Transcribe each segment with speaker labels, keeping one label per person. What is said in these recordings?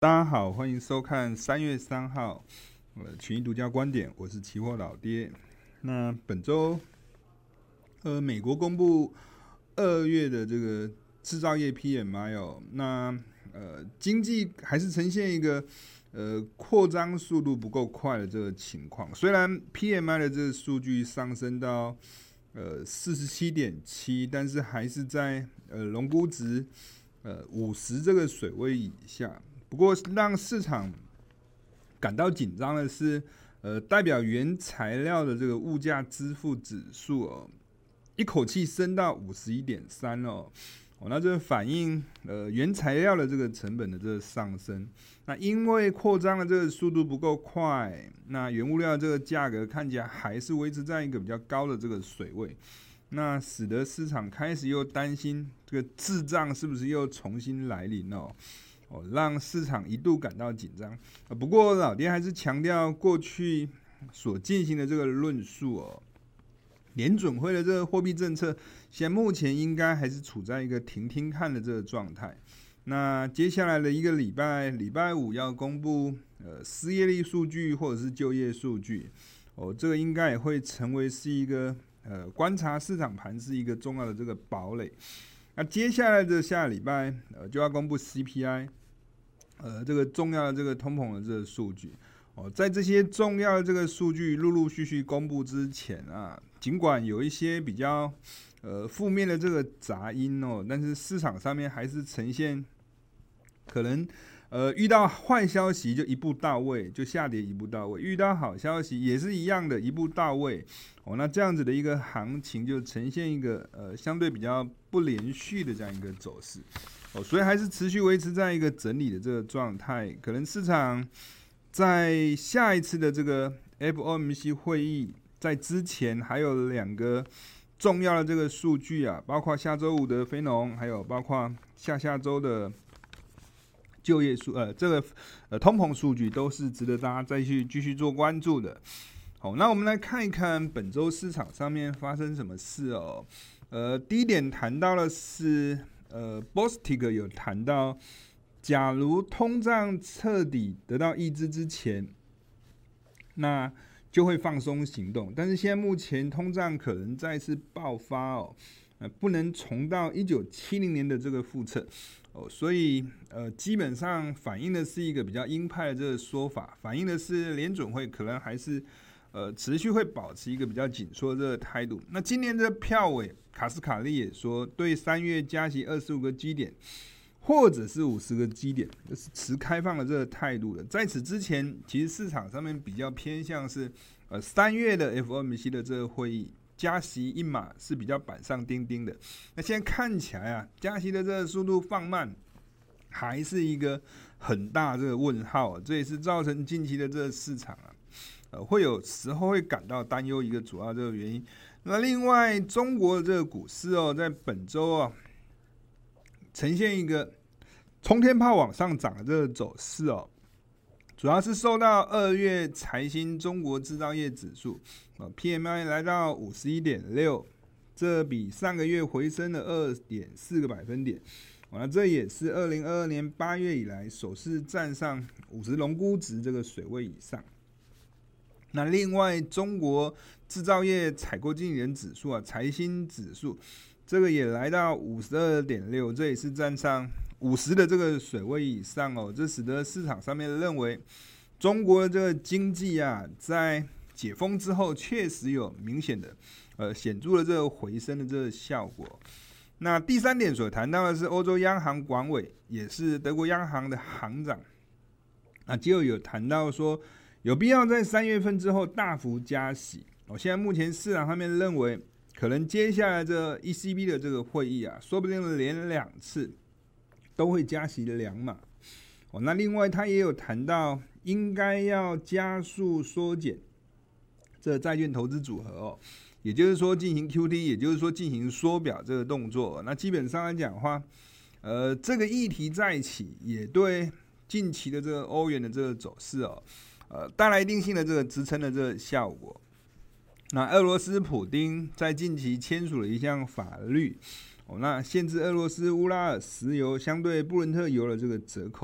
Speaker 1: 大家好，欢迎收看3月3号群益独家观点，我是期货老爹。那本周美国公布2月的这个制造业 PMI 哦，那经济还是呈现一个扩张速度不够快的这个情况。虽然 PMI 的这个数据上升到47.7，但是还是在荣估值50这个水位以下。不过让市场感到紧张的是，代表原材料的这个物价支付指数哦，一口气升到51.3哦，那这反映原材料的这个成本的这个上升。那因为扩张的这个速度不够快，那原物料的这个价格看起来还是维持在一个比较高的这个水位，那使得市场开始又担心这个滞胀是不是又重新来临哦。让市场一度感到紧张。不过老爹还是强调过去所进行的这个论述哦，联准会的这个货币政策，现在目前应该还是处在一个停听看的这个状态。那接下来的一个礼拜五要公布失业率数据或者是就业数据这个应该也会成为是一个观察市场盘是一个重要的这个堡垒。那接下来的下礼拜就要公布 CPI。这个重要的这个通膨的这个数据在这些重要的这个数据陆陆续续公布之前啊，尽管有一些比较负面的这个杂音但是市场上面还是呈现可能遇到坏消息就一步到位，就下跌一步到位；遇到好消息也是一样的，一步到位那这样子的一个行情就呈现一个相对比较不连续的这样一个走势。所以还是持续维持在一个整理的这个状态，可能市场在下一次的这个 FOMC 会议在之前还有2个重要的这个数据啊，包括下周五的非农，还有包括下周的就业数这个通膨数据，都是值得大家再去继续做关注的。好，那我们来看一看本周市场上面发生什么事哦。第一点谈到的是Bostic 有谈到，假如通胀彻底得到抑制之前，那就会放松行动。但是现在目前通胀可能再次爆发不能重到1970年的这个复测所以基本上反映的是一个比较鹰派的这个说法，反映的是联准会可能还是持续会保持一个比较紧缩的这个态度。那今年的票委卡斯卡利也说，对3月加息25个基点，或者是50个基点，就是持开放的这个态度的。在此之前，其实市场上面比较偏向是3月的 FOMC 的这个会议加息一码是比较板上钉钉的。那现在看起来啊，加息的这个速度放慢，还是一个很大这个问号这也是造成近期的这个市场会有时候会感到担忧一个主要这个原因。那另外，中国的这个股市在本周呈现一个冲天炮往上涨的这个走势主要是受到2月财新中国制造业指数PMI 来到51.6，这比上个月回升了2.4个百分点。那这也是2022年8月以来首次站上50荣估值这个水位以上。那另外，中国制造业采购经理人指数财新指数，这个也来到52.6，这也是站上50的这个水位以上这使得市场上面认为中国的这个经济在解封之后确实有明显的显著的这个回升的这个效果。那第3点所谈到的是欧洲央行管委，也是德国央行的行长就有谈到说，有必要在3月份之后大幅加息现在目前市场上面认为，可能接下来这 ECB 的这个会议说不定连2次都会加息2码那另外他也有谈到，应该要加速缩减这债券投资组合也就是说进行 QT， 也就是说进行缩表这个动作那基本上来讲的话这个议题在一起，也对近期的这个欧元的这个走势带来一定性的这个支撑的这个效果。那俄罗斯普丁在近期签署了一项法律那限制俄罗斯乌拉尔石油相对布伦特油的这个折扣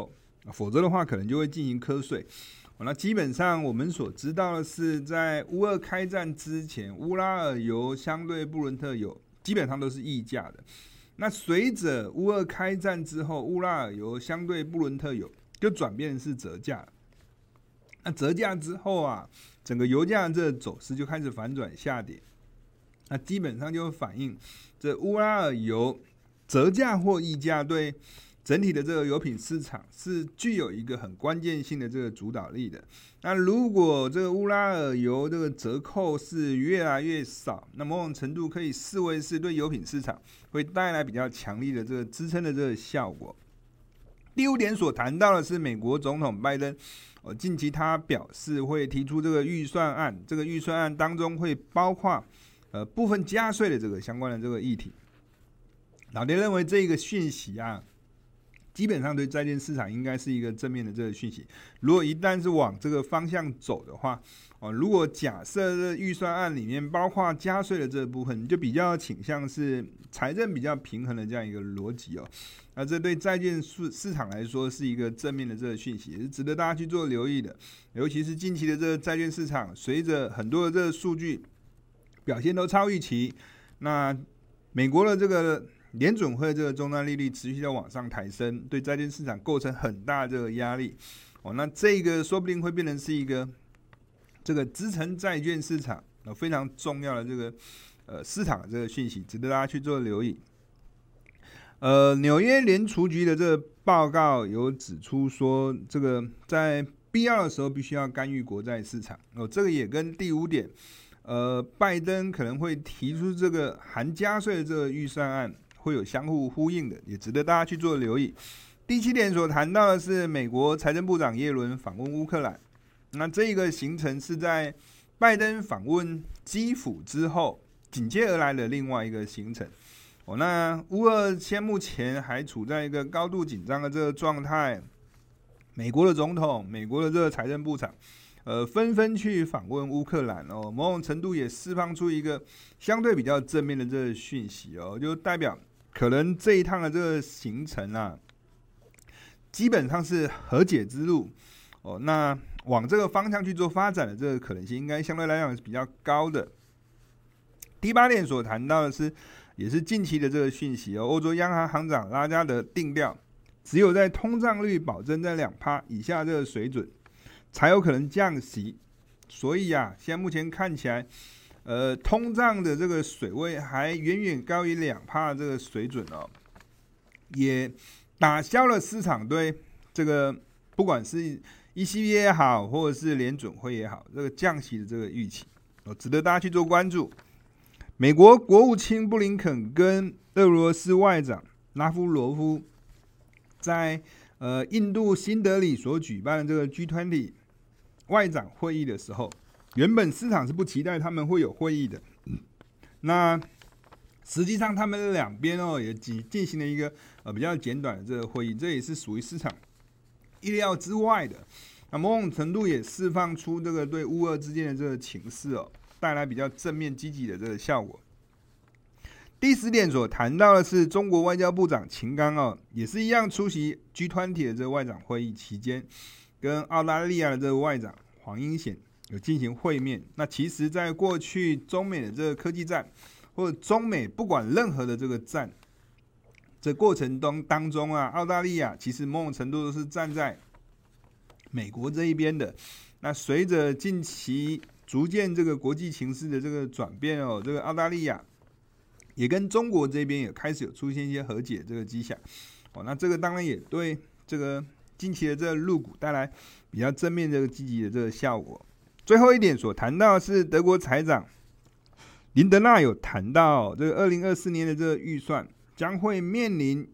Speaker 1: 否则的话可能就会进行瞌睡。那基本上我们所知道的是，在乌俄开战之前，乌拉尔油相对布伦特油基本上都是溢价的。那随着乌俄开战之后，乌拉尔油相对布伦特油就转变是折价。那折价之后啊，整个油价这走势就开始反转下跌。那基本上就反映这乌拉尔油折价或溢价对整体的这个油品市场是具有一个很关键性的这个主导力的。那如果这个乌拉尔油这个折扣是越来越少，那某种程度可以视为是对油品市场会带来比较强力的这个支撑的这个效果。第5点所谈到的是美国总统拜登，近期他表示会提出这个预算案，这个预算案当中会包括部分加税的这个相关的这个议题。老爹认为这个讯息啊，基本上对债券市场应该是一个正面的这个讯息。如果一旦是往这个方向走的话，如果假设这预算案里面包括加税的这部分，就比较倾向是财政比较平衡的这样一个逻辑哦。那这对债券市场来说是一个正面的这个讯息，也是值得大家去做留意的。尤其是近期的这个债券市场，随着很多的这个数据表现都超预期，那美国的这个联准会这个终端利率持续的往上抬升，对债券市场构成很大的这个压力。那这个说不定会变成是一个这个支撑债券市场非常重要的这个市场的这个讯息，值得大家去做留意。纽约联储局的这个报告有指出说，这个在必要的时候必须要干预国债市场。这个也跟第5点，拜登可能会提出这个含加税的这个预算案会有相互呼应的，也值得大家去做留意。第7点所谈到的是美国财政部长耶伦访问乌克兰，那这个行程是在拜登访问基辅之后紧接而来的另外一个行程。那乌俄现目前还处在一个高度紧张的这个状态，美国的总统、美国的这个财政部长，纷纷去访问乌克兰某种程度也释放出一个相对比较正面的这个讯息就代表可能这一趟的这个行程啊，基本上是和解之路那往这个方向去做发展的这个可能性，应该相对来讲是比较高的。第8点所谈到的是，也是近期的这个讯息欧洲央行行长拉加德定调，只有在通胀率保证在 2% 以下这个水准，才有可能降息。所以啊，现在目前看起来，通胀的这个水位还远远高于 2% 的这个水准也打消了市场对这个不管是 ECB 也好，或者是联准会也好，这个降息的这个预期值得大家去做关注。美国国务卿布林肯跟俄罗斯外长拉夫罗夫在印度新德里所举办的这个 G20 外长会议的时候，原本市场是不期待他们会有会议的，那实际上他们两边也进行了一个比较简短的这个会议，这也是属于市场意料之外的。那某种程度也释放出这个对乌俄之间的这个情势带来比较正面积极的这个效果。第10点所谈到的是中国外交部长秦刚也是一样出席 G20 的这个外长会议期间，跟澳大利亚的这个外长黄英贤有进行会面。那其实在过去中美的这个科技战，或者中美不管任何的这个战，这过程当中啊，澳大利亚其实某种程度都是站在美国这一边的。那随着近期逐渐这个国际情势的这个转变这个澳大利亚也跟中国这边也开始有出现一些和解这个迹象那这个当然也对这个近期的这个入股带来比较正面这个积极的这个效果。最后一点所谈到的是德国财长林德纳有谈到这个2024年的这个预算将会面临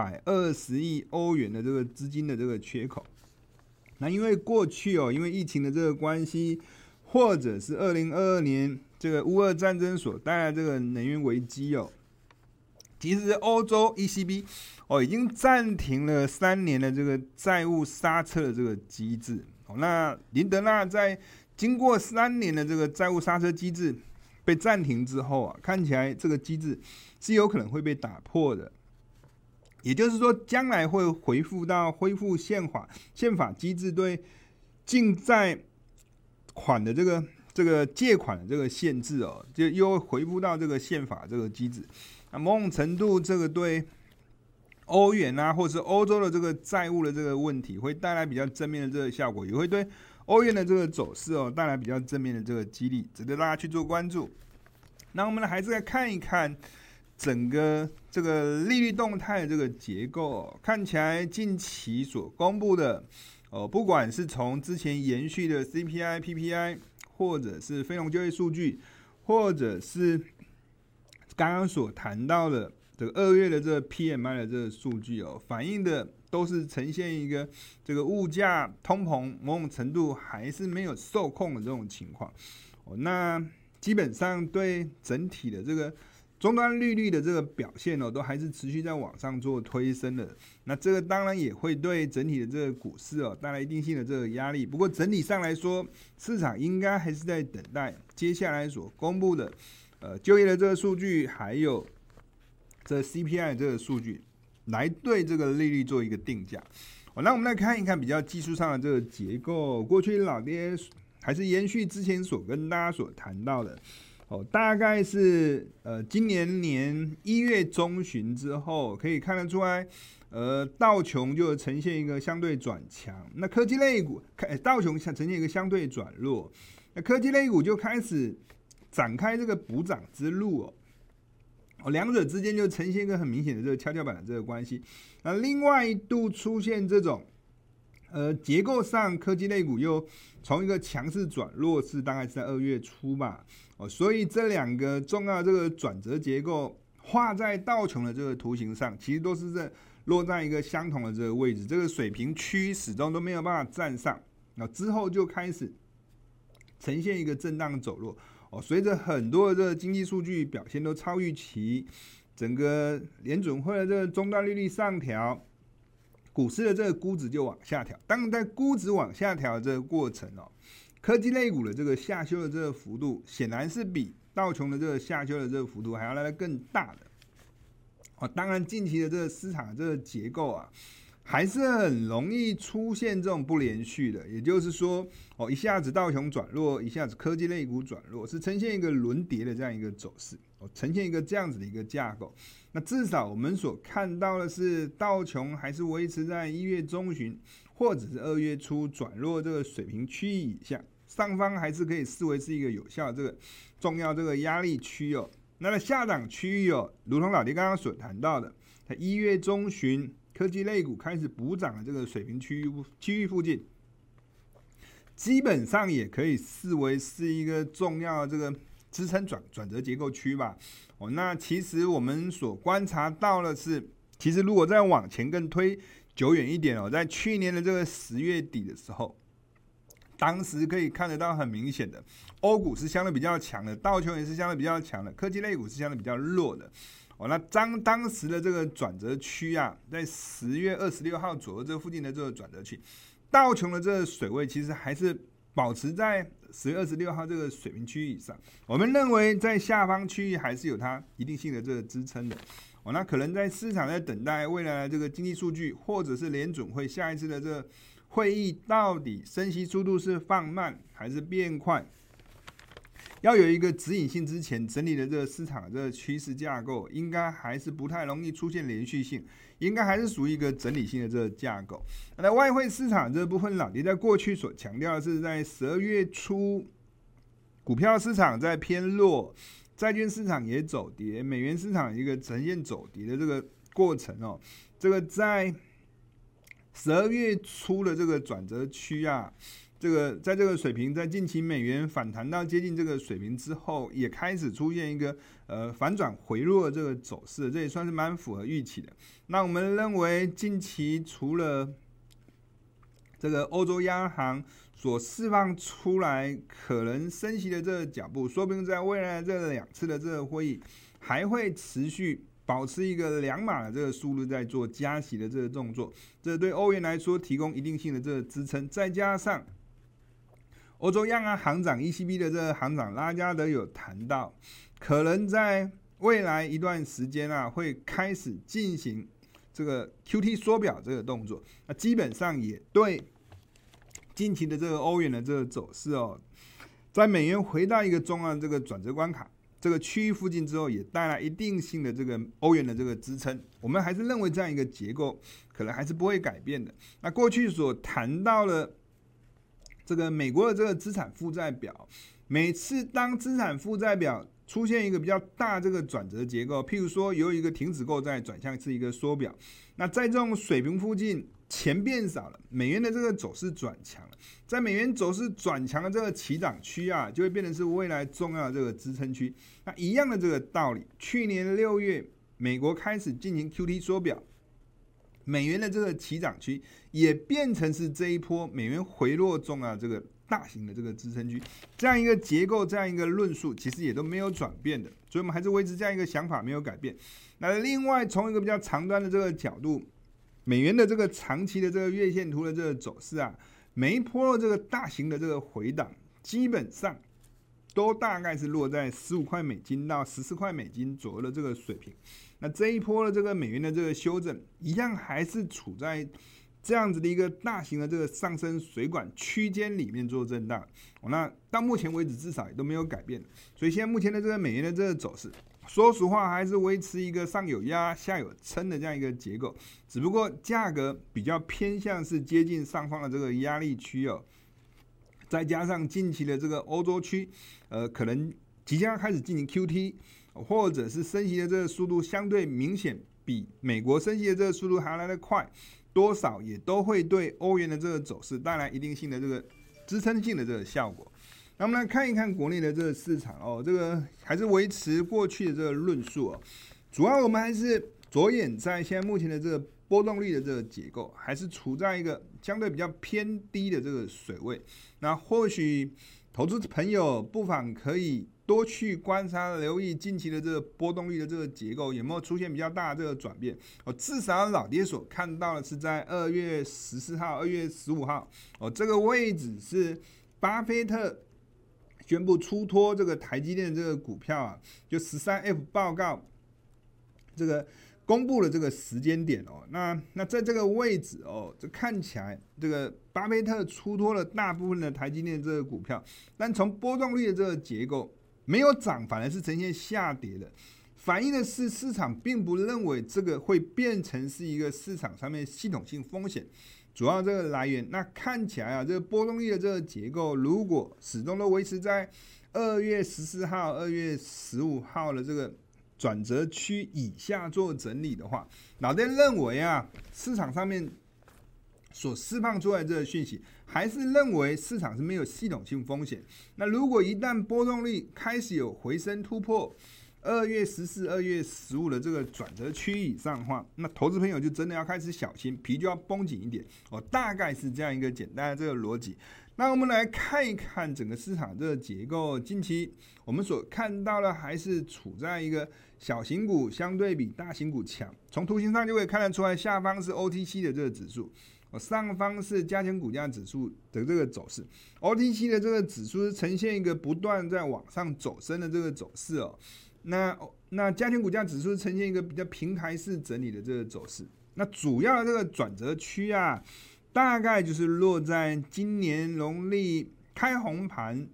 Speaker 1: 120亿欧元的这个资金的这个缺口。那因为过去因为疫情的这个关系，或者是2022年这个乌俄战争所带来这个能源危机其实欧洲 ECB 已经暂停了3年的这个债务刹车的这个机制那林德纳在经过3年的这个债务刹车机制被暂停之后看起来这个机制是有可能会被打破的。 也就是说，将来会恢复宪法机制对净债款的这个借款的这个限制哦，就又恢复到这个宪法这个机制。那某种程度，这个对欧元啊，或者是欧洲的这个债务的这个问题，会带来比较正面的这个效果，也会对欧元的这个走势哦带来比较正面的这个激励，值得大家去做关注。那我们还是来看一看整个这个利率动态的这个结构，看起来近期所公布的不管是从之前延续的 CPI、PPI， 或者是非农就业数据，或者是刚刚所谈到的这个2月的这个 PMI 的这个数据反映的都是呈现一个这个物价通膨某种程度还是没有受控的这种情况那基本上对整体的这个终端利率的这个表现都还是持续在往上做推升的。那这个当然也会对整体的这个股市带来一定性的这个压力。不过整体上来说，市场应该还是在等待接下来所公布的就业的这个数据，还有这 CPI 的这个数据，来对这个利率做一个定价。那我们来看一看比较技术上的这个结构。过去老爹还是延续之前所跟大家所谈到的。大概是今年1月中旬之后，可以看得出来，道琼就呈现一个相对转强，那科技类股道琼呈现一个相对转弱，那科技类股就开始展开这个补涨之路两者之间就呈现一个很明显的这个跷跷板的这个关系。那另外一度出现这种结构上科技类股又从一个强势转弱势，大概是在2月初吧。所以这两个重要的这个转折结构画在道琼的这个图形上，其实都是落在一个相同的这个位置，这个水平区始终都没有办法站上。之后就开始呈现一个震荡走弱。随着很多的这个经济数据表现都超预期，整个联准会的这个终端利率上调，股市的这个估值就往下调。当然，在估值往下调的这个过程科技类股的这个下修的这个幅度，显然是比道琼的这个下修的这个幅度还要来得更大的。当然，近期的这个市场的这个结构还是很容易出现这种不连续的。也就是说，一下子道琼转弱，一下子科技类股转弱，是呈现一个轮跌的这样一个走势，呈现一个这样子的一个架构。那至少我们所看到的是，道琼还是维持在1月中旬或者是2月初转弱这个水平区域以下。上方还是可以视为是一个有效的这个重要这个压力区那下档区域如同老爹刚刚所谈到的，在1月中旬科技类股开始补涨的这个水平区域附近，基本上也可以视为是一个重要的这个支撑转折结构区吧。那其实我们所观察到的是，其实如果再往前更推久远一点在去年的这个10月底的时候，当时可以看得到很明显的，欧股是相对比较强的，道琼也是相对比较强的，科技类股是相对比较弱的。那当时的这个转折区在10月26号左右这附近的这个转折区，道琼的这个水位其实还是保持在10月26号这个水平区域以上。我们认为在下方区域还是有它一定性的这个支撑的。那可能在市场在等待未来的这个经济数据，或者是联准会下一次的这个会议到底升息速度是放慢还是变快，要有一个指引性之前，整体的这个市场的这个趋势架构应该还是不太容易出现连续性，应该还是属于一个整理性的这个架构。那外汇市场这部分，老爹在过去所强调的是，在12月初，股票市场在偏弱，债券市场也走跌，美元市场一个呈现走跌的这个过程这个在12月初的这个转折区这个在这个水平，在近期美元反弹到接近这个水平之后，也开始出现一个反转回落的这个走势，这也算是蛮符合预期的。那我们认为，近期除了这个欧洲央行所释放出来可能升息的这个脚步，说不定在未来这2次的这个会议还会持续保持一个2码的这个速度在做加息的这个动作，这对欧元来说提供一定性的这个支撑。再加上欧洲央行行长 ECB 的这个行长拉加德有谈到，可能在未来一段时间会开始进行这个 QT 缩表这个动作，那基本上也对近期的这个欧元的这个走势在美元回到一个重要的这个转折关卡这个区域附近之后，也带来一定性的这个欧元的这个支撑。我们还是认为这样一个结构可能还是不会改变的。那过去所谈到了这个美国的这个资产负债表，每次当资产负债表出现一个比较大这个转折结构，譬如说由一个停止购债转向是一个缩表，那在这种水平附近钱变少了，美元的这个走势转强了，在美元走势转强的这个起涨区就会变成是未来重要的这个支撑区。那一样的这个道理，去年6月美国开始进行 QT 缩表，美元的这个起涨区也变成是这一波美元回落重要的这个大型的这个支撑区，这样一个结构，这样一个论述，其实也都没有转变的，所以我们还是维持这样一个想法，没有改变。那另外从一个比较长端的这个角度，美元的这个长期的这个月线图的这个走势每一波的这个大型的这个回档，基本上都大概是落在15块美金到14块美金左右的这个水平。那这一波的这个美元的这个修正，一样还是处在这样子的一个大型的这个上升水管区间里面做震荡，那到目前为止至少也都没有改变，所以现在目前的这个美元的这个走势，说实话还是维持一个上有压下有撑的这样一个结构，只不过价格比较偏向是接近上方的这个压力区再加上近期的这个欧洲区可能即将开始进行 QT， 或者是升息的这个速度相对明显比美国升息的这个速度还来得快，多少也都会对欧元的这个走势带来一定性的这个支撑性的这个效果。那我们来看一看国内的这个市场这个还是维持过去的这个论述主要我们还是着眼在现在目前的这个波动率的这个结构，还是处在一个相对比较偏低的这个水位。那或许投资朋友不妨可以多去观察留意近期的这个波动率的这个结构有没有出现比较大的这个转变至少老爹所看到的是在2月14号、2月15号这个位置是巴菲特宣布出脱这个台积电的这个股票就 13F 报告这个公布了这个时间点那在这个位置这看起来这个巴菲特出脱了大部分的台积电的这个股票，但从波动率的这个结构没有涨，反而是呈现下跌的，反映的是市场并不认为这个会变成是一个市场上面系统性风险主要这个来源。那看起来这个波动率的这个结构如果始终都维持在2月14号、2月15号的这个转折区以下做整理的话，老爹认为市场上面所释放出来的这个讯息，还是认为市场是没有系统性风险。那如果一旦波动率开始有回升突破2月14、2月15的这个转折区以上的话，那投资朋友就真的要开始小心，皮就要绷紧一点大概是这样一个简单的这个逻辑。那我们来看一看整个市场这个结构，近期我们所看到的还是处在一个小型股相对比大型股强，从图形上就可以看得出来，下方是 OTC 的这个指数，上方是加权股价指数的这个走势。 OTC 的这个指数是呈现一个不断在往上走升的这个走势那加权股价指数是呈现一个比较平台式整理的这个走势。那主要的这个转折区大概就是落在今年农历开红盘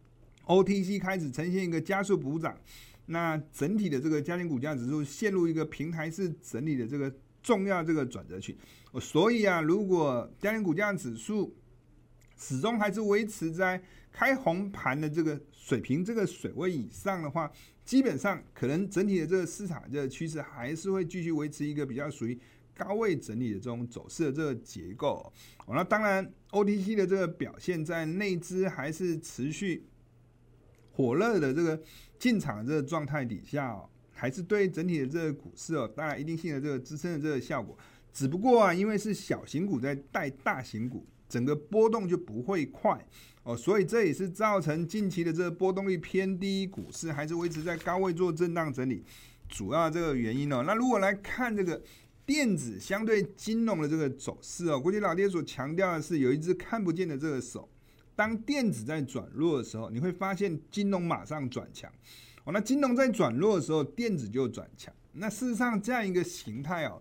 Speaker 1: OTC 开始呈现一个加速补涨，那整体的这个加权股价指数陷入一个平台式整理的这个重要这个转折区。所以如果加权股价指数始终还是维持在开红盘的这个水平这个水位以上的话，基本上可能整体的这个市场这个趋势还是会继续维持一个比较属于高位整理的这种走势的这个结构那当然 OTC 的这个表现在内资还是持续火热的这个进场的这个状态底下还是对整体的这个股市带来一定性的这个支撑的这个效果。只不过因为是小型股在带大型股，整个波动就不会快所以这也是造成近期的这个波动率偏低，股市还是维持在高位做震荡整理主要这个原因那如果来看这个电子相对金融的这个走势过去老爹所强调的是有一只看不见的这个手，当电子在转弱的时候，你会发现金融马上转强那金融在转弱的时候，电子就转强。那事实上这样一个形态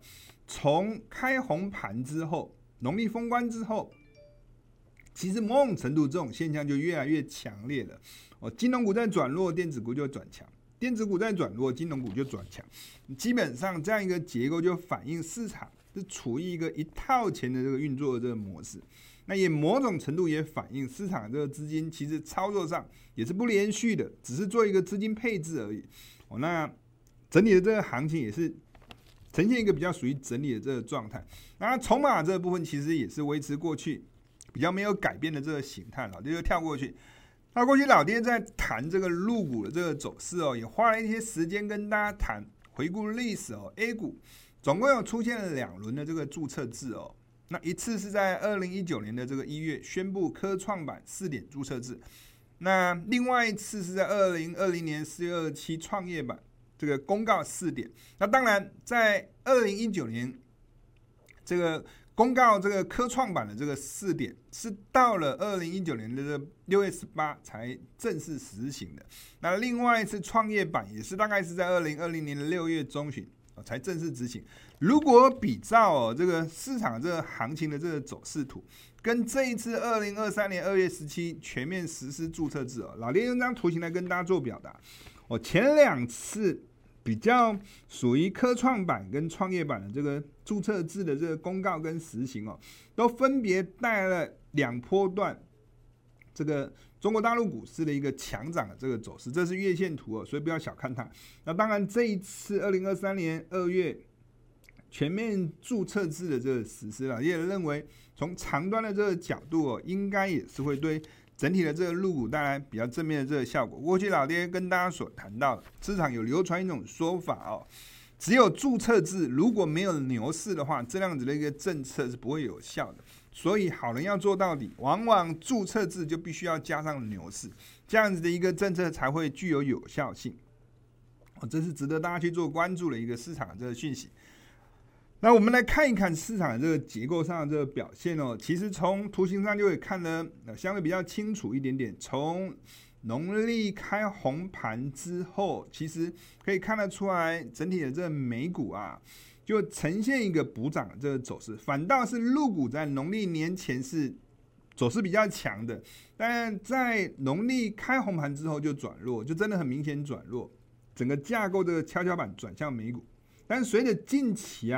Speaker 1: 从开红盘之后，农历封关之后，其实某种程度这种现象就越来越强烈了。金融股在转弱，电子股就转强；电子股在转弱，金融股就转强。基本上这样一个结构就反映市场是处于一套钱的这个运作的这个模式。那也某种程度也反映市场这个资金其实操作上也是不连续的，只是做一个资金配置而已。那整体的这个行情也是呈现一个比较属于整理的这个状态。那筹码这个部分其实也是维持过去比较没有改变的这个形态，老爹就跳过去。老爹在谈这个陆股的这个走势也花了一些时间跟大家谈回顾历史A 股总共有出现了2轮的这个注册制那一次是在2019年的这个1月宣布科创板4点注册制，那另外一次是在2020年4月27创业板这个公告4点。那当然在2019年这个公告这个科创板的这个4点是到了2019年的6月18才正式实行的。那另外一次创业板也是大概是在2020年的6月中旬才正式执行。如果比照这个市场这个行情的这个走势图，跟这一次2023年2月17全面实施注册制老爹用这张图形来跟大家做表达。前2次比较属于科创板跟创业板的这个注册制的这个公告跟实行都分别带了2波段这个中国大陆股市的一个强涨的这个走势，这是月线图所以不要小看它。那当然这一次2023年2月全面注册制的这个实施也认为从长端的这个角度应该也是会对整体的这个陆股带来比较正面的这个效果。过去老爹跟大家所谈到的，市场有流传一种说法只有注册制如果没有牛市的话，这样子的一个政策是不会有效的。所以好人要做到底，往往注册制就必须要加上牛市，这样子的一个政策才会具有有效性。这是值得大家去做关注的一个市场的这个讯息。那我们来看一看市场的这个结构上的这个表现其实从图形上就可以看得相对比较清楚一点点。从农历开红盘之后，其实可以看得出来，整体的这个美股就呈现一个补涨的这个走势，反倒是陆股在农历年前是走势比较强的，但在农历开红盘之后就转弱，就真的很明显转弱，整个架构这个跷跷板转向美股。但随着近期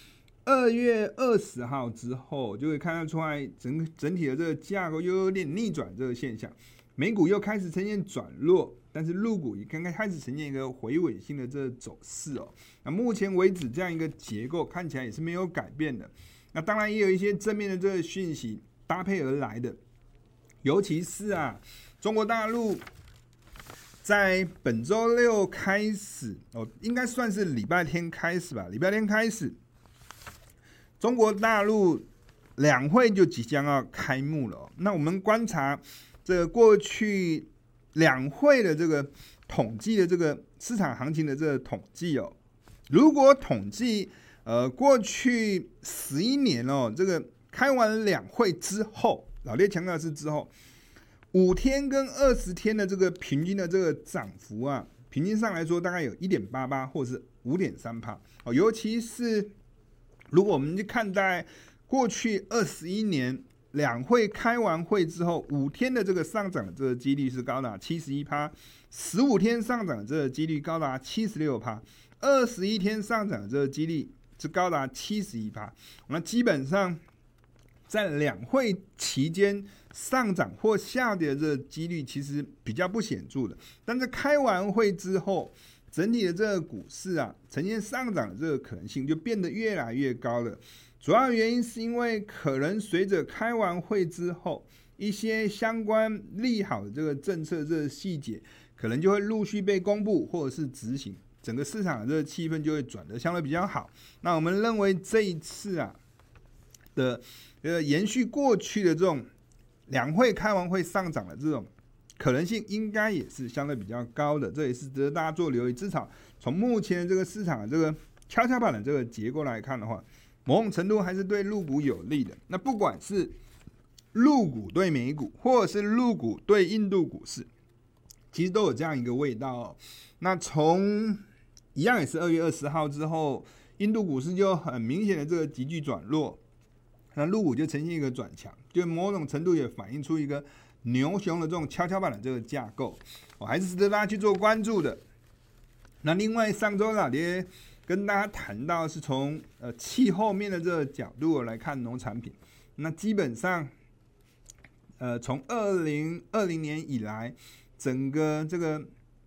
Speaker 1: 2月20号之后，就会看得出来整体的这个架构又有点逆转这个现象，美股又开始呈现转弱，但是陆股也刚刚开始呈现一个回尾性的这个走势那目前为止这样一个结构看起来也是没有改变的。那当然也有一些正面的这个讯息搭配而来的，尤其是中国大陆在本周6开始应该算是礼拜天开始吧。礼拜天开始，中国大陆2会就即将要开幕了那我们观察这个过去2会的这个统计的这个市场行情的这个统计如果统计过去11年这个开完2会之后，老爹强调的是之后5天跟20天的这个平均的这个涨幅平均上来说大概有 1.88 或是 5.3%尤其是如果我们去看待过去21年2会开完会之后5天的这个上涨的这个几率是高达 71%，15 天上涨的这个几率高达 76%，21 天上涨的这个几率是高达 71%。那基本上在2会期间上涨或下跌的这个几率其实比较不显著的，但在开完会之后，整体的这个股市呈现上涨的这个可能性就变得越来越高了。主要原因是因为可能随着开完会之后，一些相关利好的这个政策这个细节可能就会陆续被公布或者是执行，整个市场的这个气氛就会转得相对比较好。那我们认为这一次的延续过去的这种2会开完会上涨的这种可能性，应该也是相对比较高的，这也是值得大家做留意。至少从目前的这个市场的这个跷跷板的这个结构来看的话，某种程度还是对陆股有利的。那不管是陆股对美股，或者是陆股对印度股市，其实都有这样一个味道那从一样也是2月20号之后， 印度股市就很明显的这个急剧转弱，那陆股就呈现一个转强，就某种程度也反映出一个牛熊的这种跷跷板的这个架构，还是值得大家去做关注的。那另外上周老爹跟大家谈到是从气候面的这个角度来看农产品，那基本上从2020年以来，整个这个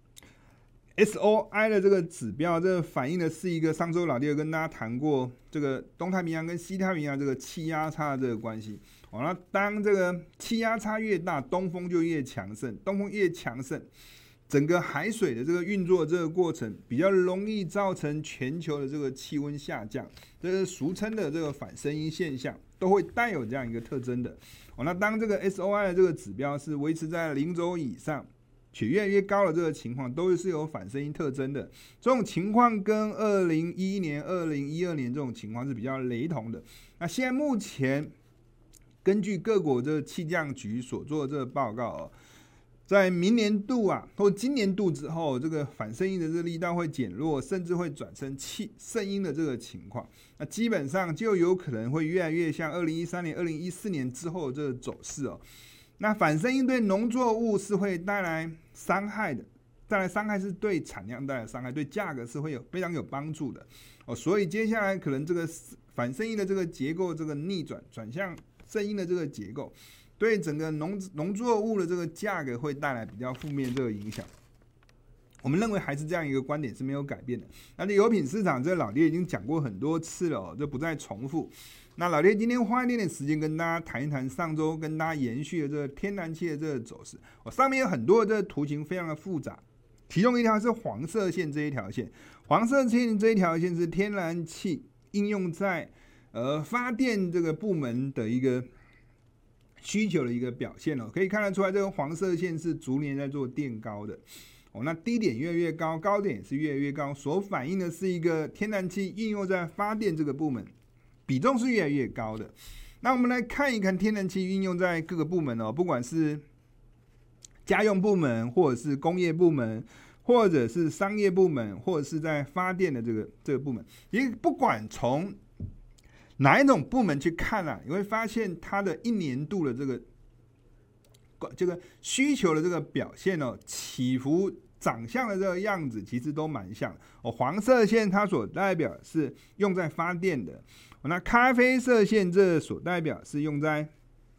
Speaker 1: SOI 的这个指标，这个反映的是一个上周老爹有跟大家谈过这个东太平洋跟西太平洋这个气压差的这个关系。那当这个气压差越大，东风就越强盛，东风越强盛，整个海水的这个运作这个过程比较容易造成全球的这个气温下降，这是俗称的这个反声音现象，都会带有这样一个特征的。那当这个 SOI 的这个指标是维持在0轴以上，且越来越高的这个情况，都是有反声音特征的。这种情况跟2011年、2012年这种情况是比较雷同的。那现在目前根据各国这个气象局所做的这个报告在明年度或今年度之后，这个反声音的这个力道会减弱，甚至会转成声音的这个情况。那基本上就有可能会越来越像2013年、2014年之后的这个走势那反声音对农作物是会带来伤害的，带来伤害是对产量带来伤害，对价格是会非常有帮助的所以接下来可能这个反声音的这个结构这个逆转向声音的这个结构，对整个农作物的这个价格会带来比较负面这个影响。我们认为还是这样一个观点是没有改变的。那油品市场，这老爹已经讲过很多次了就不再重复。那老爹今天花一点点时间跟大家谈一谈上周跟大家延续的这个天然气的这个走势。上面有很多的这个图形非常的复杂，其中一条是黄色线这一条线，黄色线这一条线是天然气应用在发电这个部门的一个需求的一个表现可以看得出来，这个黄色线是逐年在做垫高的那低点越来越高，高点也是越来越高，所反映的是一个天然气应用在发电这个部门比重是越来越高的。那我们来看一看天然气运用在各个部门不管是家用部门，或者是工业部门，或者是商业部门，或者是在发电的这个部门，也不管从哪一种部门去看你会发现它的一年度的这个需求的这个表现起伏长相的这个样子其实都蛮像的黄色线它所代表是用在发电的那咖啡色线这所代表是用在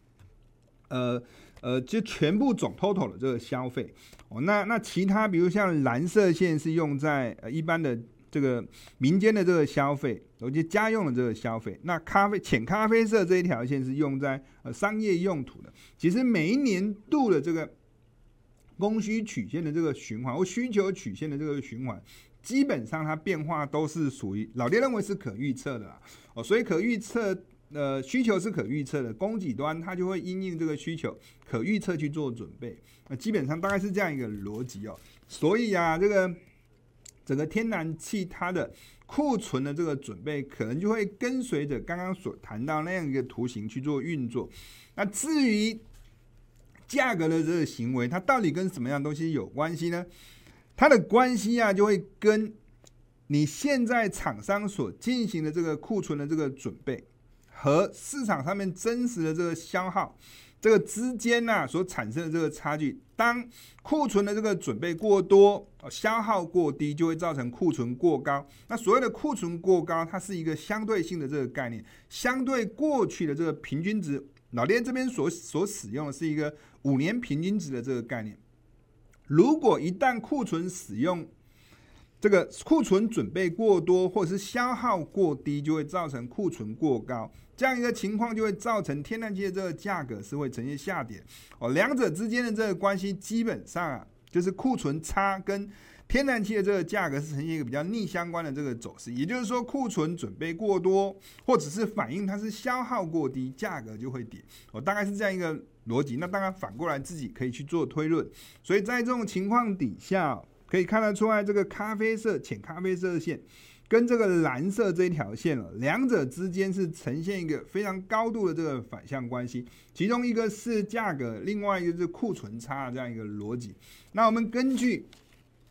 Speaker 1: 就全部总 total 的这个消费那其他比如像蓝色线是用在一般的这个民间的这个消费，以及家用的这个消费。那浅咖啡色这一条线是用在商业用途的。其实每一年度的这个供需曲线的这个循环或需求曲线的这个循环，基本上它变化都是属于老爹认为是可预测的所以可预测需求是可预测的，供给端它就会因应这个需求可预测去做准备。基本上大概是这样一个逻辑所以这个整个天然气它的库存的这个准备，可能就会跟随着刚刚所谈到那样一个图形去做运作。那至于价格的这个行为，它到底跟什么样的东西有关系呢？它的关系就会跟你现在厂商所进行的这个库存的这个准备，和市场上面真实的这个消耗这个之间所产生的这个差距，当库存的这个准备过多，消耗过低，就会造成库存过高。那所谓的库存过高，它是一个相对性的这个概念，相对过去的这个平均值，老爹这边所使用的是一个5年平均值的这个概念。如果一旦库存使用这个库存准备过多，或者是消耗过低，就会造成库存过高，这样一个情况就会造成天然气的这个价格是会呈现下跌两者之间的这个关系基本上就是库存差跟天然气的这个价格是呈现一个比较逆相关的这个走势，也就是说库存准备过多，或者是反映它是消耗过低，价格就会跌大概是这样一个逻辑。那当然反过来自己可以去做推论，所以在这种情况底下可以看得出来，这个浅咖啡色线跟这个蓝色这一条线两者之间是呈现一个非常高度的这个反向关系，其中一个是价格，另外一个是库存差的这样一个逻辑。那我们根据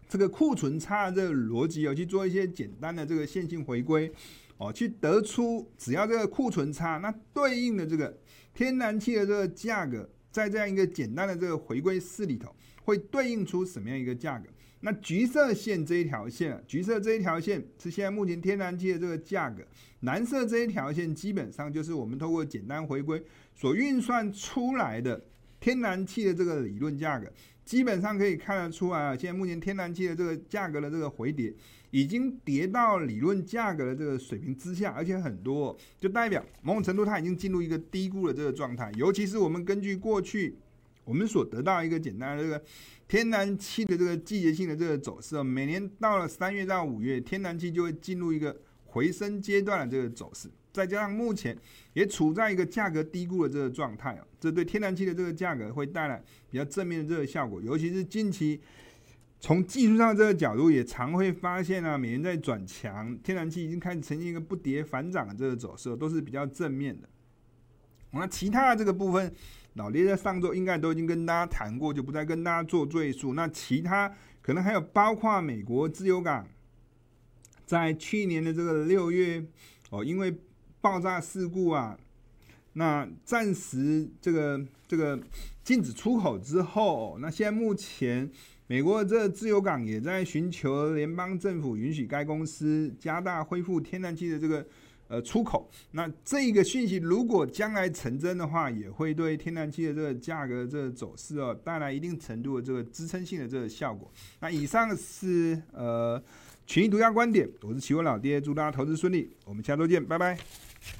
Speaker 1: 这个库存差的这个逻辑去做一些简单的这个线性回归去得出只要这个库存差，那对应的这个天然气的这个价格，在这样一个简单的这个回归式里头，会对应出什么样一个价格？那橘色线这一条线，橘色这一条线是现在目前天然气的这个价格，蓝色这一条线基本上就是我们透过简单回归所运算出来的天然气的这个理论价格，基本上可以看得出来现在目前天然气的这个价格的这个回跌，已经跌到理论价格的这个水平之下，而且很多就代表某种程度它已经进入一个低估的这个状态。尤其是我们根据过去我们所得到一个简单的这个天然气的这个季节性的这个走势，每年到了3月到5月，天然气就会进入一个回升阶段的这个走势。再加上目前也处在一个价格低估的这个状态，这对天然气的这个价格会带来比较正面的这个效果。尤其是近期从技术上这个角度，也常会发现美元在转强，天然气已经开始呈现一个不跌反涨的这个走势，都是比较正面的。那其他的这个部分，老爹在上周应该都已经跟大家谈过，就不再跟大家做赘述。那其他可能还有包括美国自由港在去年的这个6月因为爆炸事故那暂时这个禁止出口之后，那现在目前美国的这个自由港也在寻求联邦政府允许该公司加大恢复天然气的这个出口。那这个讯息如果将来成真的话，也会对天然气的这个价格这个走势带来一定程度的这个支撑性的这个效果。那以上是群益独家观点，我是期货老爹，祝大家投资顺利，我们下周见，拜拜。